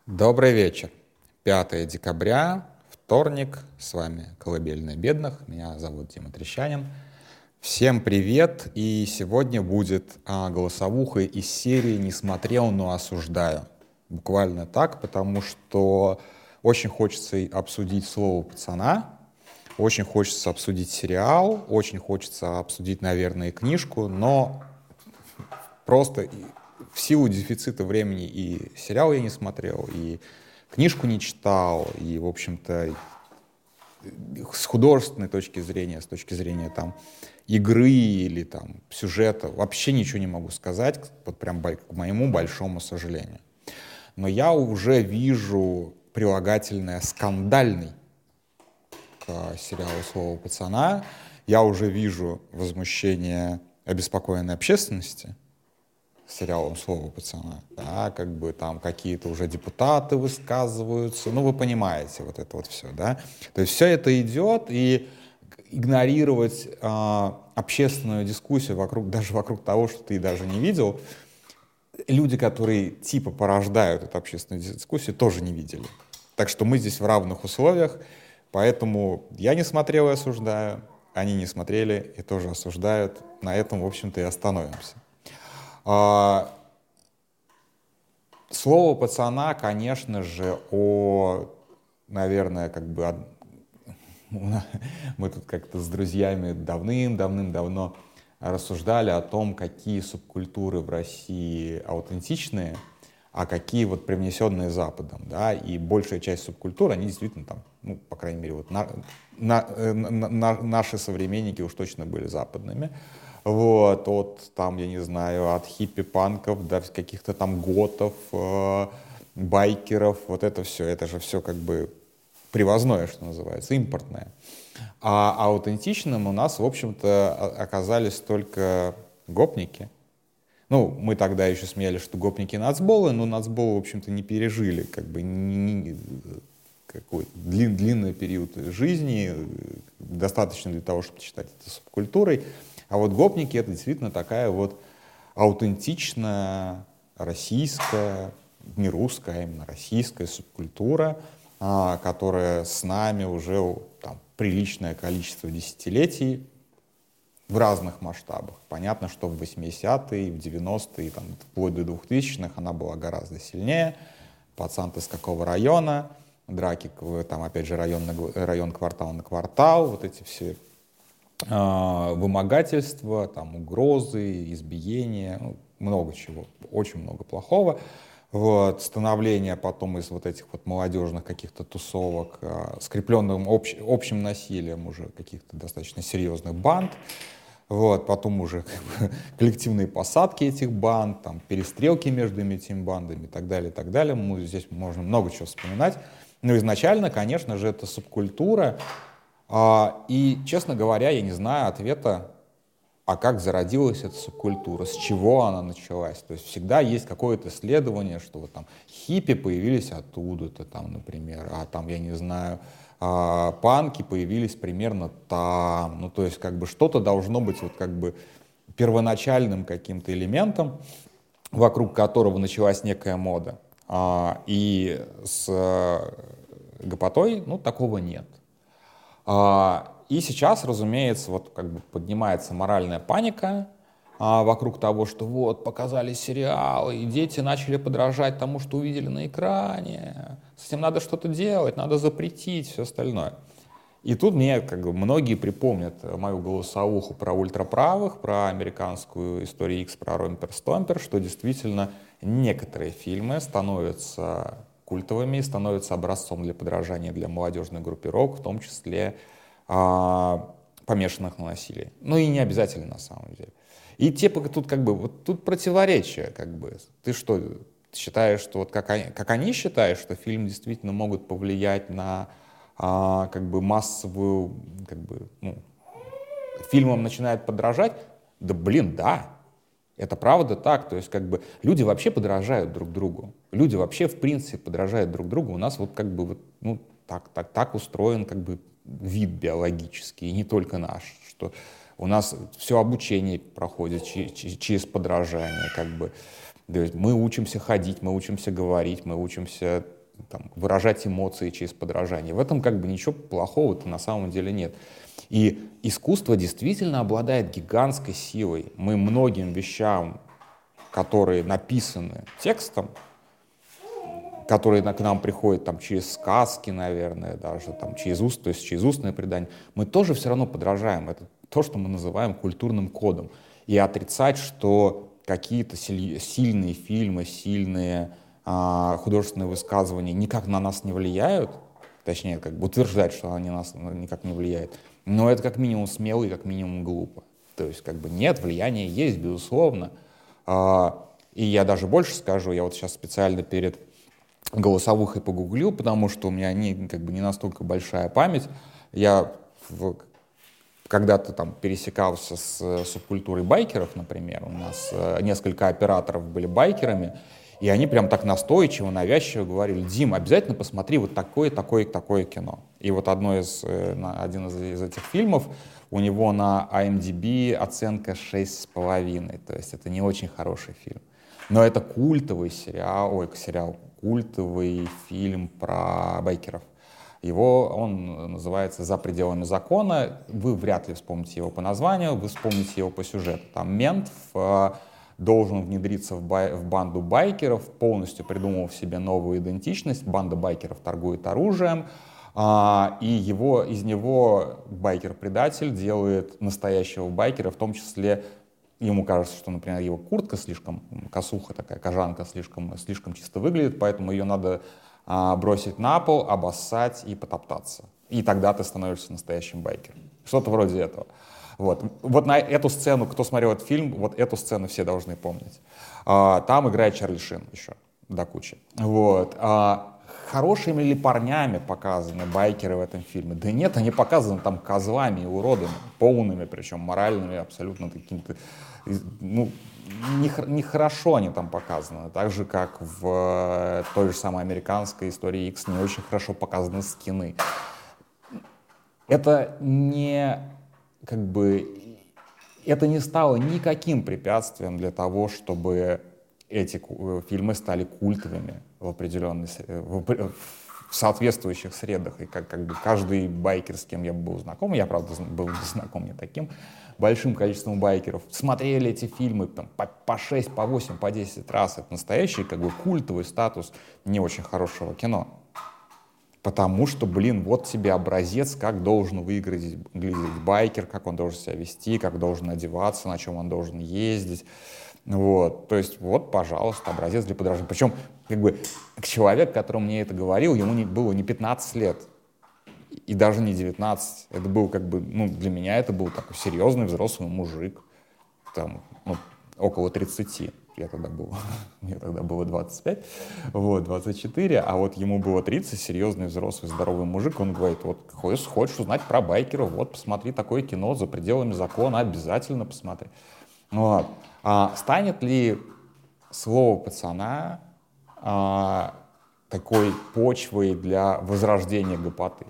Добрый вечер. 5 декабря, вторник. С вами «Колыбельная бедных». Меня зовут Дима Трещанин. Всем привет. И сегодня будет голосовуха из серии «Не смотрел, но осуждаю». Буквально так, потому что очень хочется обсудить «Слово пацана», очень хочется обсудить сериал, очень хочется обсудить, наверное, и книжку, но просто в силу дефицита времени и сериал я не смотрел, и книжку не читал, и, в общем-то, с художественной точки зрения, с точки зрения там игры или там сюжета, вообще ничего не могу сказать, вот прям к моему большому сожалению. Но я уже вижу прилагательное «скандальный» к сериалу «Слово пацана», я уже вижу возмущение обеспокоенной общественности сериалом «Слово пацана», да, как бы там какие-то уже депутаты высказываются, ну, вы понимаете, вот это вот все, да. То есть все это идет, и игнорировать общественную дискуссию даже вокруг того, что ты даже не видел, люди, которые типа порождают эту общественную дискуссию, тоже не видели. Так что мы здесь в равных условиях, поэтому я не смотрел и осуждаю, они не смотрели и тоже осуждают. На этом, в общем-то, и остановимся. Слово пацана, конечно же, наверное, как бы мы тут как-то с друзьями давным-давно рассуждали о том, какие субкультуры в России аутентичные, а какие вот привнесенные Западом, да, и большая часть субкультур, они действительно там, ну, по крайней мере, вот наши современники уж точно были западными. Вот, там, я не знаю, от хиппи-панков до каких-то там готов, байкеров, вот это же все как бы привозное, что называется, импортное. А аутентичным у нас, в общем-то, оказались только гопники. Ну, мы тогда еще смеялись, что гопники нацболы, но нацболы, в общем-то, не пережили как бы какой длинный период жизни, достаточно для того, чтобы считать это субкультурой. А вот гопники — это действительно такая вот аутентичная российская, не русская, а именно российская субкультура, которая с нами уже там приличное количество десятилетий в разных масштабах. Понятно, что в 80-е, в 90-е, там, вплоть до 2000-х она была гораздо сильнее. Пацан, ты с какого района? Драки, там, опять же, район квартал на квартал, вот эти все вымогательства, там, угрозы, избиения, ну, много чего, очень много плохого. Вот, становление потом из вот этих вот молодежных каких-то тусовок, скрепленным общим насилием уже каких-то достаточно серьезных банд. Вот, потом уже как бы коллективные посадки этих банд, там, перестрелки между этими бандами и так далее, и так далее. Здесь можно много чего вспоминать. Но изначально, конечно же, это субкультура. И, честно говоря, я не знаю ответа, а как зародилась эта субкультура, с чего она началась. То есть всегда есть какое-то исследование, что вот там хиппи появились оттуда-то, там, например, а там, я не знаю, панки появились примерно там. Ну, то есть как бы что-то должно быть вот как бы первоначальным каким-то элементом, вокруг которого началась некая мода. И с гопотой, ну, такого нет. И сейчас, разумеется, вот как бы поднимается моральная паника вокруг того, что вот показали сериалы, и дети начали подражать тому, что увидели на экране. С этим надо что-то делать, надо запретить, все остальное. И тут мне как бы многие припомнят мою голосовуху про ультраправых, про американскую историю X, про Ромпер-Стомпер, что действительно некоторые фильмы становятся культовыми, становятся образцом для подражания для молодежных группировок, в том числе помешанных на насилии. Ну и не обязательно на самом деле. И типа тут как бы вот тут противоречие как бы. Ты что, считаешь, что вот как они считают, что фильм действительно могут повлиять на как бы массовую, как бы, ну, фильмам начинают подражать? Да блин, да. Это правда так, то есть как бы люди вообще подражают друг другу, люди вообще в принципе подражают друг другу, у нас вот как бы вот, ну, так устроен как бы вид биологический, и не только наш, что у нас все обучение проходит через подражание, как бы. То есть мы учимся ходить, мы учимся говорить, мы учимся там, выражать эмоции через подражание. В этом как бы ничего плохого-то на самом деле нет. И искусство действительно обладает гигантской силой. Мы многим вещам, которые написаны текстом, которые к нам приходят там, через сказки, наверное, даже там, через устное предание, мы тоже все равно подражаем. Это то, что мы называем культурным кодом. И отрицать, что какие-то сильные фильмы, сильные художественные высказывания никак на нас не влияют, точнее, как бы утверждать, что они на нас никак не влияют, но это как минимум смело и как минимум глупо. То есть, как бы нет, влияние есть, безусловно. И я даже больше скажу, я вот сейчас специально перед голосовухой погуглил, потому что у меня как бы не настолько большая память. Я когда-то там пересекался с субкультурой байкеров, например. У нас несколько операторов были байкерами, и они прям так настойчиво, навязчиво говорили: Дим, обязательно посмотри вот такое кино. И вот один из этих фильмов, у него на IMDb оценка 6,5, то есть это не очень хороший фильм. Но это культовый культовый фильм про байкеров. Он называется «За пределами закона». Вы вряд ли вспомните его по названию, вы вспомните его по сюжету. Там мент должен внедриться в банду байкеров, полностью придумав себе новую идентичность. Банда байкеров торгует оружием, и из него байкер-предатель делает настоящего байкера, в том числе ему кажется, что, например, его куртка слишком, косуха такая, кожанка слишком чисто выглядит, поэтому ее надо бросить на пол, обоссать и потоптаться. И тогда ты становишься настоящим байкером. Что-то вроде этого. Вот на эту сцену, кто смотрел этот фильм, вот эту сцену все должны помнить. Там играет Чарли Шин еще до кучи. Хорошими ли парнями показаны байкеры в этом фильме? Да нет, они показаны там козлами и уродами, полными, причем моральными, абсолютно какими-то... Нехорошо они там показаны. Так же, как в той же самой американской истории X не очень хорошо показаны скины. Это не стало никаким препятствием для того, чтобы эти фильмы стали культовыми в соответствующих средах. И как бы каждый байкер, с кем я был знаком, я, правда, был знаком не таким большим количеством байкеров, смотрели эти фильмы там, по 6, по 8, по 10 раз. Это настоящий как бы культовый статус не очень хорошего кино. Потому что, вот тебе образец, как должен выглядеть байкер, как он должен себя вести, как должен одеваться, на чем он должен ездить. То есть, пожалуйста, образец для подражания. Причем, человек, который мне это говорил, ему было не 15 лет, и даже не 19. Это был, для меня это был такой серьезный взрослый мужик, там, около 30. Мне тогда было 25, 24, а ему было 30, серьезный, взрослый, здоровый мужик. Он говорит: хочешь узнать про байкеров, посмотри такое кино «За пределами закона», обязательно посмотри. Станет ли слово пацана такой почвой для возрождения гопоты?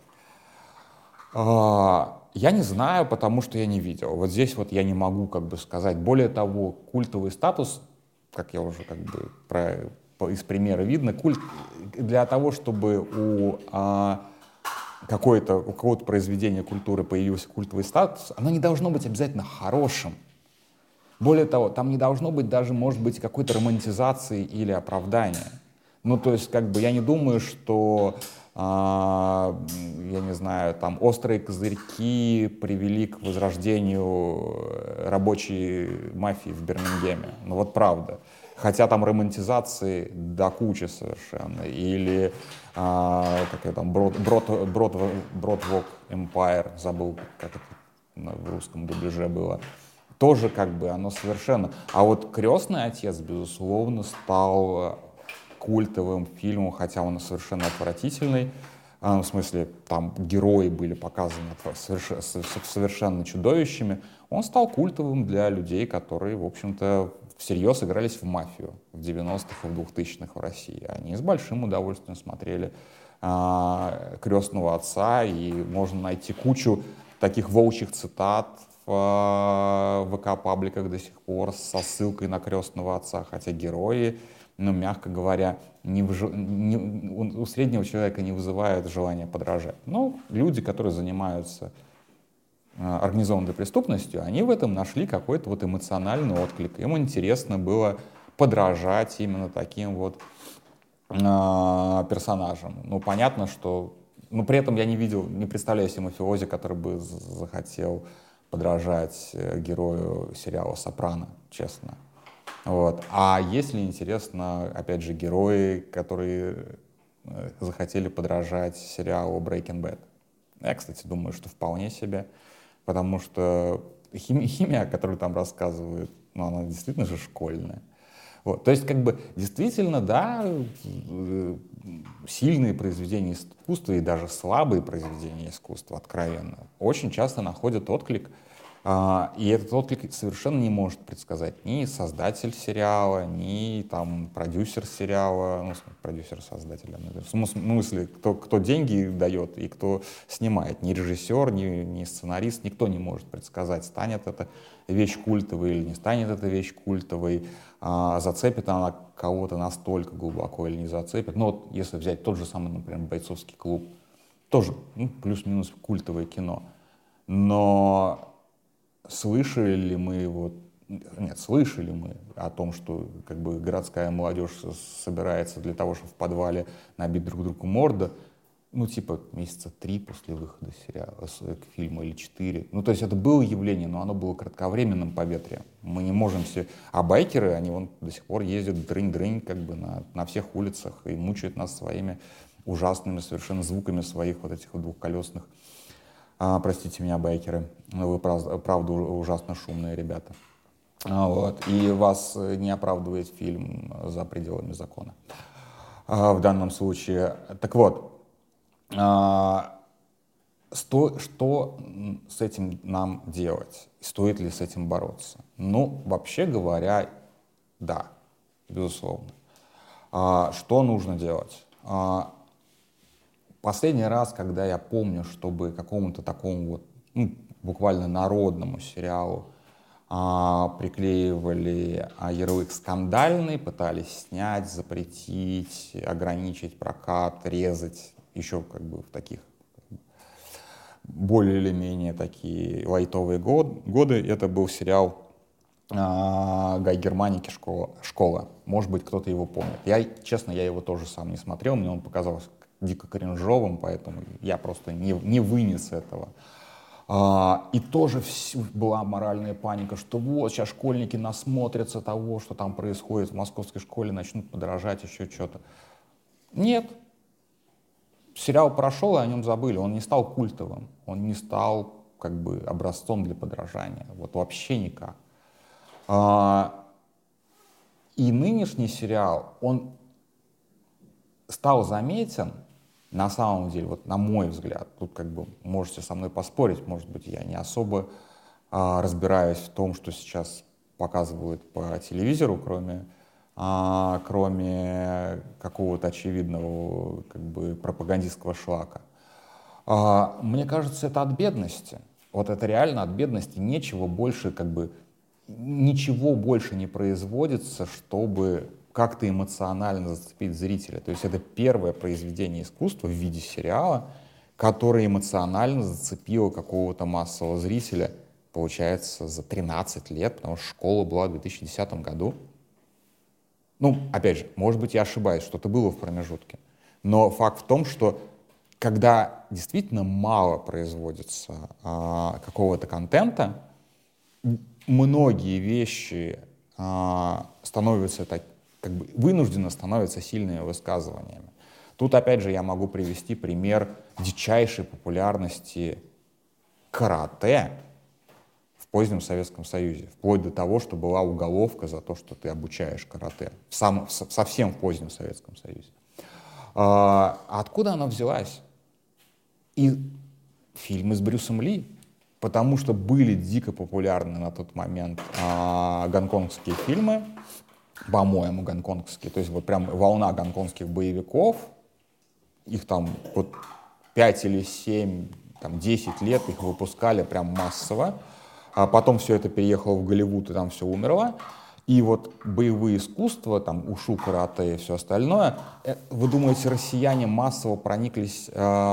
Я не знаю, потому что я не видел. Здесь я не могу сказать. Более того, культовый статус, как я уже из примера видно, для того, чтобы у какого-то произведения культуры появился культовый статус, оно не должно быть обязательно хорошим. Более того, там не должно быть даже, может быть, какой-то романтизации или оправдания. Я не думаю, что, я не знаю, там острые козырьки привели к возрождению рабочей мафии в Бирмингеме. Правда. Хотя там романтизации до кучи совершенно. Или Broadwalk Empire, забыл, как это в русском дубляже было. Тоже оно совершенно... А «Крестный отец», безусловно, стал культовым фильмом, хотя он совершенно отвратительный. В смысле, там герои были показаны совершенно чудовищами. Он стал культовым для людей, которые, в общем-то, всерьез игрались в мафию в 90-х и в 2000-х в России. Они с большим удовольствием смотрели «Крестного отца», и можно найти кучу таких волчьих цитат в ВК-пабликах до сих пор со ссылкой на крестного отца, хотя герои, ну, мягко говоря, у среднего человека не вызывают желания подражать. Но люди, которые занимаются организованной преступностью, они в этом нашли какой-то вот эмоциональный отклик. Им интересно было подражать именно таким вот персонажам. Ну, понятно, что... Но при этом я не представляю себе мафиози, который бы захотел подражать герою сериала «Сопрано», честно. Вот. А если интересно, опять же, герои, которые захотели подражать сериалу «Breaking Bad». Я, кстати, думаю, что вполне себе, потому что химия, о которой там рассказывают, ну, она действительно же школьная. Вот. То есть, как бы, действительно, да, сильные произведения искусства и даже слабые произведения искусства, откровенно, очень часто находят отклик, и этот отклик совершенно не может предсказать ни создатель сериала, ни там продюсер сериала, ну, продюсер создателя, в смысле, кто деньги дает и кто снимает, ни режиссер, ни сценарист, никто не может предсказать, станет эта вещь культовой или не станет эта вещь культовой, зацепит она кого-то настолько глубоко или не зацепит. Ну вот если взять тот же самый, например, «Бойцовский клуб», тоже плюс-минус культовое кино, но слышали ли мы слышали мы о том, что как бы городская молодежь собирается для того, чтобы в подвале набить друг другу морду, ну, типа, месяца 3 после выхода фильма или 4. Ну, то есть это было явление, но оно было кратковременным поветрием. Мы не можем себе... А байкеры, они вон до сих пор ездят дрынь-дрынь как бы на всех улицах и мучают нас своими ужасными совершенно звуками своих вот этих двухколесных. Простите меня, байкеры, вы правда ужасно шумные ребята. Вот. И вас не оправдывает фильм «За пределами закона» в данном случае. Так вот, что с этим нам делать? Стоит ли с этим бороться? Ну, вообще говоря, да, безусловно. Что нужно делать? Последний раз, когда я помню, чтобы какому-то такому вот, буквально народному сериалу приклеивали ярлык «скандальный», пытались снять, запретить, ограничить прокат, резать, еще как бы в таких более или менее такие лайтовые годы. Это был сериал Гай Германики «Школа». Может быть, кто-то его помнит. Честно, я его тоже сам не смотрел, мне он показался дико кринжовым, поэтому я просто не вынес этого. И тоже была моральная паника, что вот сейчас школьники насмотрятся того, что там происходит в московской школе, начнут подражать, еще что-то. Нет. Сериал прошел, и о нем забыли. Он не стал культовым, он не стал как бы образцом для подражания. Вот вообще никак. И нынешний сериал, он стал заметен, на самом деле, вот на мой взгляд, тут как бы можете со мной поспорить, может быть, я не особо разбираюсь в том, что сейчас показывают по телевизору, кроме какого-то очевидного как бы пропагандистского шлака. Мне кажется, это от бедности. Вот это реально от бедности. Ничего больше не производится, чтобы как-то эмоционально зацепить зрителя. То есть это первое произведение искусства в виде сериала, которое эмоционально зацепило какого-то массового зрителя, получается, за 13 лет, потому что школа была в 2010 году. Ну, опять же, может быть, я ошибаюсь, что-то было в промежутке. Но факт в том, что когда действительно мало производится какого-то контента, многие вещи становятся вынужденно становятся сильными высказываниями. Тут, опять же, я могу привести пример дичайшей популярности карате в позднем Советском Союзе, вплоть до того, что была уголовка за то, что ты обучаешь карате, совсем в позднем Советском Союзе. Откуда она взялась? И фильмы с Брюсом Ли, потому что были дико популярны на тот момент гонконгские фильмы, по-моему, гонконгские, то есть вот прям волна гонконгских боевиков, их там вот 5 или 7, там 10 лет их выпускали прям массово, А потом все это переехало в Голливуд, и там все умерло. И вот боевые искусства, там, ушу, карате и все остальное, вы думаете, россияне массово прониклись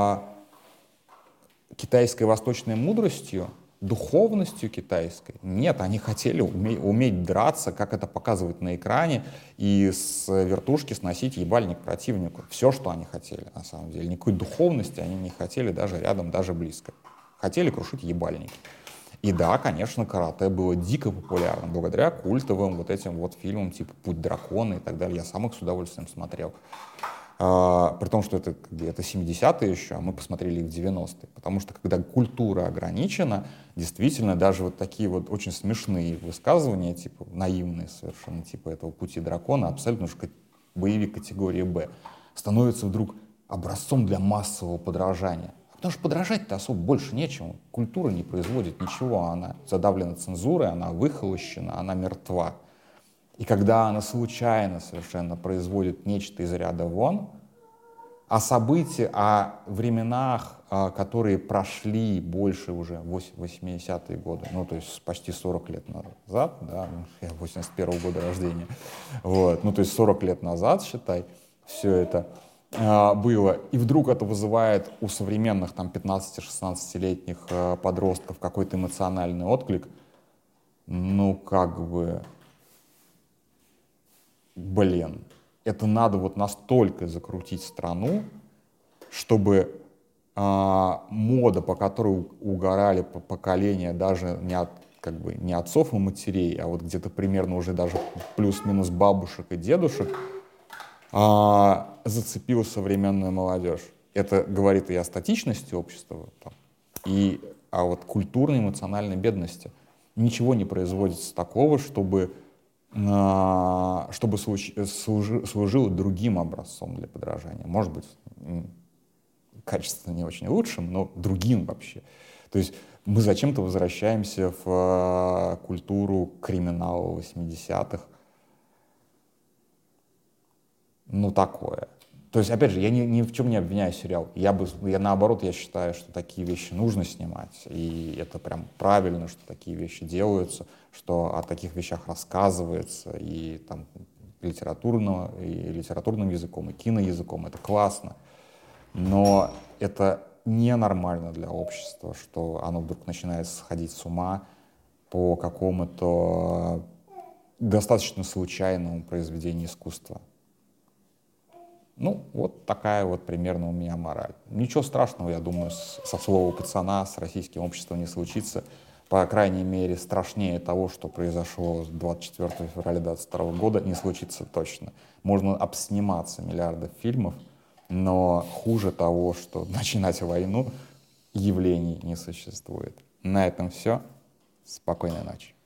китайской восточной мудростью, духовностью китайской? Нет, они хотели уметь драться, как это показывают на экране, и с вертушки сносить ебальник противнику. Все, что они хотели, на самом деле. Никакой духовности они не хотели даже рядом, даже близко. Хотели крушить ебальники. И да, конечно, карате было дико популярно, благодаря культовым вот этим вот фильмам типа «Путь дракона» и так далее. Я сам их с удовольствием смотрел. При том, что это 70-е еще, а мы посмотрели их в 90-е. Потому что когда культура ограничена, действительно, даже вот такие вот очень смешные высказывания, типа наивные совершенно, типа этого «Пути дракона», абсолютно уж боевик категории «Б», становятся вдруг образцом для массового подражания. Потому что подражать-то особо больше нечему. Культура не производит ничего, она задавлена цензурой, она выхолощена, она мертва. И когда она случайно совершенно производит нечто из ряда вон, о событиях, о временах, которые прошли больше уже 80-е годы, ну, то есть почти 40 лет назад, да, я 81-го года рождения, вот, ну, то есть 40 лет назад, считай, все это было, и вдруг это вызывает у современных там 15-16-летних подростков какой-то эмоциональный отклик, ну, как бы, блин, это надо вот настолько закрутить страну, чтобы мода, по которой угорали поколения даже как бы не отцов и матерей, а вот где-то примерно уже даже плюс-минус бабушек и дедушек, зацепила современную молодежь. Это говорит и о статичности общества, там, и о вот культурной эмоциональной бедности. Ничего не производится такого, чтобы служило другим образцом для подражания. Может быть, качественно не очень лучшим, но другим вообще. То есть мы зачем-то возвращаемся в культуру криминала 80-х. Ну, такое. То есть, опять же, я ни в чем не обвиняю сериал. Наоборот, я считаю, что такие вещи нужно снимать. И это прям правильно, что такие вещи делаются, что о таких вещах рассказывается и там литературным языком, и киноязыком. Это классно. Но это ненормально для общества, что оно вдруг начинает сходить с ума по какому-то достаточно случайному произведению искусства. Ну, вот такая вот примерно у меня мораль. Ничего страшного, я думаю, со слова пацана с российским обществом не случится. По крайней мере, страшнее того, что произошло 24 февраля 2022 года, не случится точно. Можно обсниматься миллиардов фильмов, но хуже того, что начинать войну, явлений не существует. На этом все. Спокойной ночи.